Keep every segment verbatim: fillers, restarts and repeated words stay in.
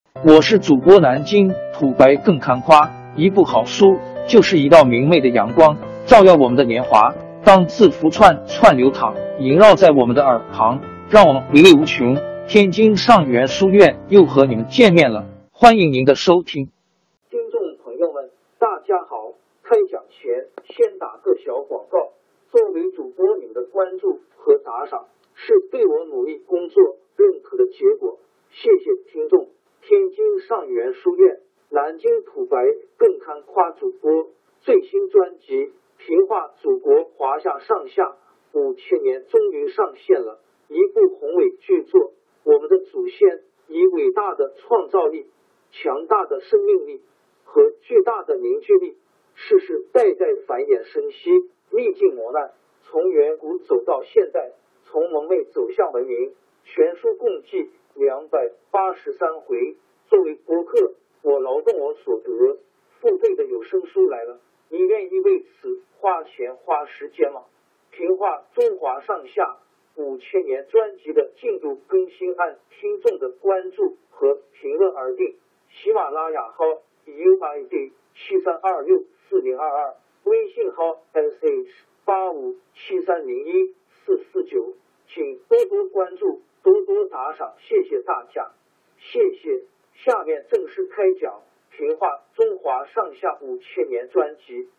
我是主播南京土白更看花，一部好书就是一道明媚的阳光，照耀我们的年华。当字符串串流淌，萦绕在我们的耳旁，让我们回味无穷。天津上元书院又和你们见面了，欢迎您的收听。 听众朋友们，大家好！开讲前先打个小广告。作为主播，你们的关注和打赏是对我努力工作认可的结果，谢谢听众。天津上元书院、南京土白更看花主播最新专辑《平话祖国华夏上下五千年》终于上线了，一部宏伟巨作。我们的祖先以伟大的创造力、强大的生命力和巨大的凝聚力，世世代代繁衍生息，历尽磨难，从远古走到现代，从蒙昧走向文明。全书共计两百八十三回。作为播客，我劳动我所得，付费的有声书来了，你愿意为此花钱花时间吗？评话中华上下五千年专辑的进度更新按听众的关注和评论而定。喜马拉雅号 U I D 七三二六四零二二，微信号 S H 八五七三零一四四九，请多多关注，多多打赏，谢谢大家，谢谢。下面正式开讲《评话中华上下五千年》专辑。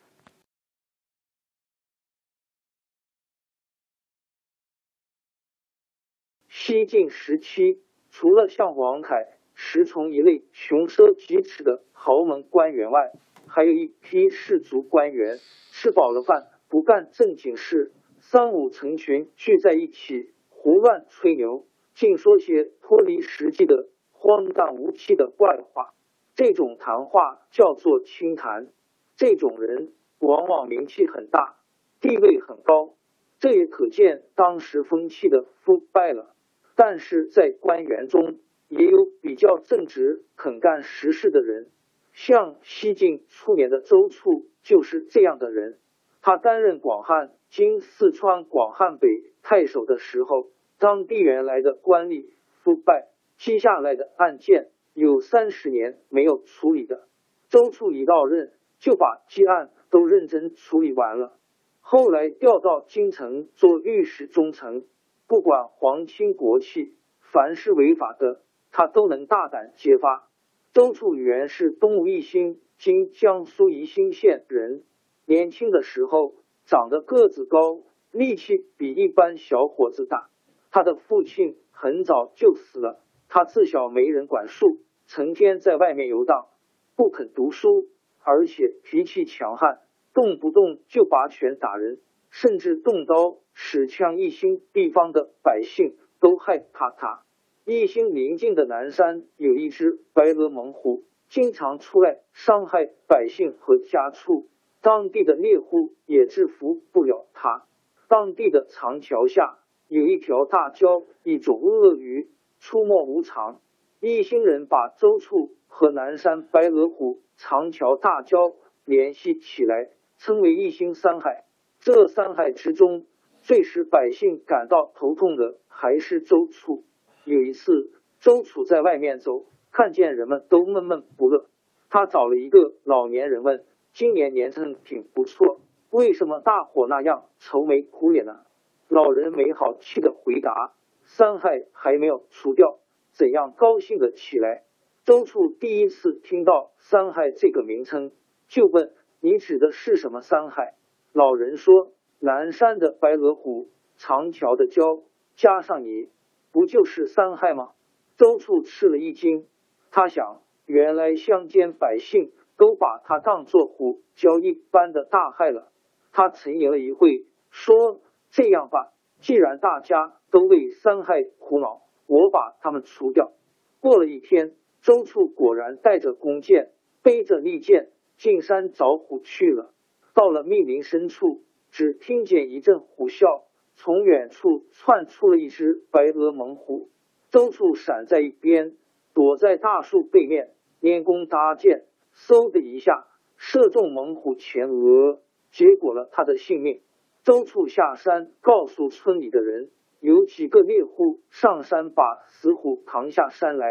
西晋时期，除了像王凯、石崇一类穷奢极侈的豪门官员外，还有一批士族官员，吃饱了饭不干正经事，三五成群聚在一起胡乱吹牛，净说些脱离实际的荒诞无稽的怪话。这种谈话叫做清谈。这种人往往名气很大，地位很高，这也可见当时风气的腐败了。但是在官员中也有比较正直肯干实事的人，像西晋初年的周处就是这样的人。他担任广汉今四川广汉北太守的时候，当地原来的官吏腐败积下来的案件有三十年没有处理的，周处一到任就把积案都认真处理完了。后来调到京城做御史中丞，不管皇亲国戚，凡是违法的他都能大胆揭发。周处原是东吴义兴今江苏宜兴县人，年轻的时候长得个子高，力气比一般小伙子大。他的父亲很早就死了，他自小没人管束，成天在外面游荡，不肯读书，而且脾气强悍，动不动就拔拳打人，甚至动刀使枪。宜兴地方的百姓都害怕他。宜兴邻近的南山有一只白额猛虎，经常出来伤害百姓和家畜，当地的猎户也制服不了他。当地的长桥下有一条大鲛，一种鳄鱼，出没无常。宜兴人把周处和南山白额虎、长桥大鲛联系起来，称为宜兴三害。这三害之中，最使百姓感到头痛的还是周处。有一次，周处在外面走，看见人们都闷闷不乐，他找了一个老年人问：今年年成挺不错，为什么大伙那样愁眉苦脸呢？老人没好气的回答：三害还没有除掉，怎样高兴的起来？周处第一次听到三害这个名称，就问：你指的是什么三害？老人说：南山的白额虎，长桥的鲛，加上你，不就是三害吗？周处吃了一惊，他想，原来乡间百姓都把他当作虎鲛一般的大害了。他沉吟了一会，说：这样吧，既然大家都为三害苦恼，我把他们除掉。过了一天，周处果然带着弓箭，背着利箭，进山找虎去了。到了密林深处，只听见一阵虎啸，从远处窜出了一只白额猛虎。周处闪在一边，躲在大树背面，拈弓搭箭，嗖的一下射中猛虎前额，结果了他的性命。周处下山告诉村里的人，有几个猎户上山把死虎扛下山来。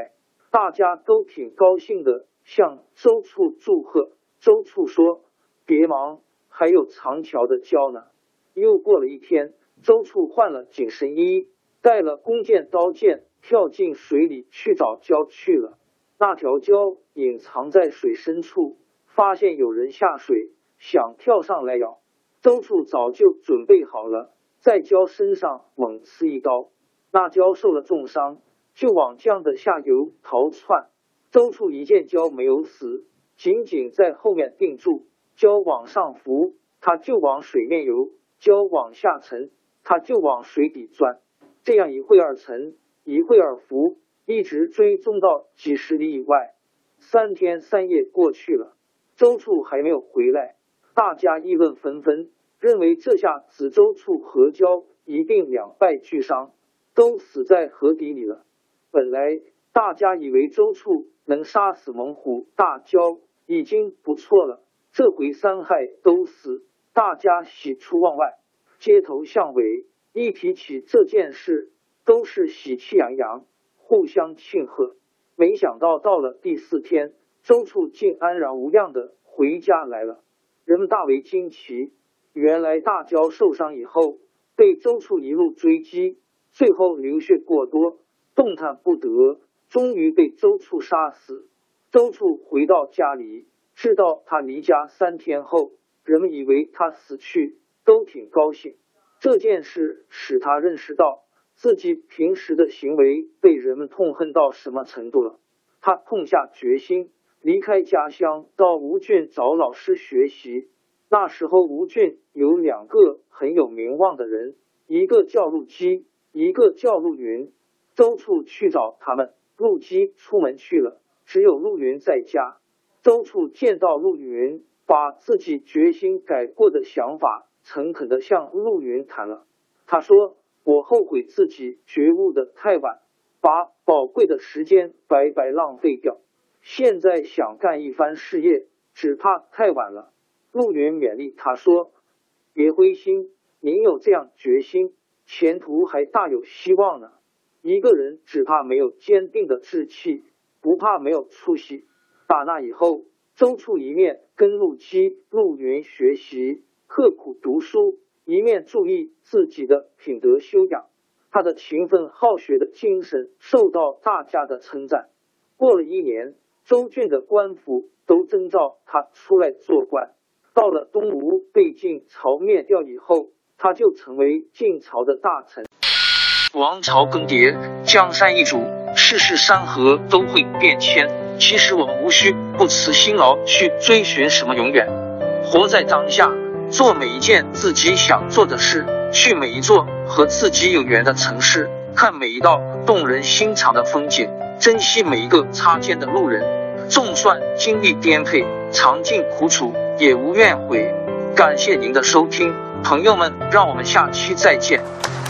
大家都挺高兴的，向周处祝贺。周处说：“别忙，还有长条的教呢。”又过了一天，周处换了紧身衣，带了弓箭刀剑，跳进水里去找蛟去了。那条蛟隐藏在水深处，发现有人下水，想跳上来咬。周处早就准备好了，在蛟身上猛刺一刀。那蛟受了重伤，就往江的下游逃窜。周处一见蛟没有死，紧紧在后面定住，蛟往上浮，他就往水面游；蛟往下沉，他就往水底钻。这样一会儿沉，一会儿浮，一直追踪到几十里以外。三天三夜过去了，周处还没有回来，大家议论纷纷，认为这下子周处和蛟一定两败俱伤，都死在河底里了。本来大家以为周处能杀死猛虎大蛟已经不错了，这回三害都死，大家喜出望外，街头巷尾一提起这件事，都是喜气洋洋，互相庆贺。没想到到了第四天，周处竟安然无恙的回家来了，人们大为惊奇。原来大蛟受伤以后，被周处一路追击，最后流血过多，动弹不得，终于被周处杀死。周处回到家里，知道他离家三天后，人们以为他死去，都挺高兴。这件事使他认识到自己平时的行为被人们痛恨到什么程度了。他痛下决心，离开家乡到吴郡找老师学习。那时候吴郡有两个很有名望的人，一个叫陆机，一个叫陆云。周处去找他们，陆机出门去了，只有陆云在家。周处见到陆云，把自己决心改过的想法诚恳地向陆云谈了。他说：“我后悔自己觉悟的太晚，把宝贵的时间白白浪费掉，现在想干一番事业，只怕太晚了。”陆云勉励他说：“别灰心，您有这样决心，前途还大有希望呢。一个人只怕没有坚定的志气，不怕没有出息。”打那以后，周处一面跟陆机、陆云学习，刻苦读书，一面注意自己的品德修养。他的勤奋好学的精神受到大家的称赞。过了一年，周郡的官府都征召他出来做官。到了东吴被晋朝灭掉以后，他就成为晋朝的大臣。 王朝更迭，江山易主，世事山河都会变迁。其实我们无需不辞辛劳去追寻什么永远，活在当下，做每一件自己想做的事，去每一座和自己有缘的城市，看每一道动人心肠的风景，珍惜每一个擦肩的路人。纵算经历颠沛，尝尽苦楚，也无怨悔。感谢您的收听，朋友们，让我们下期再见。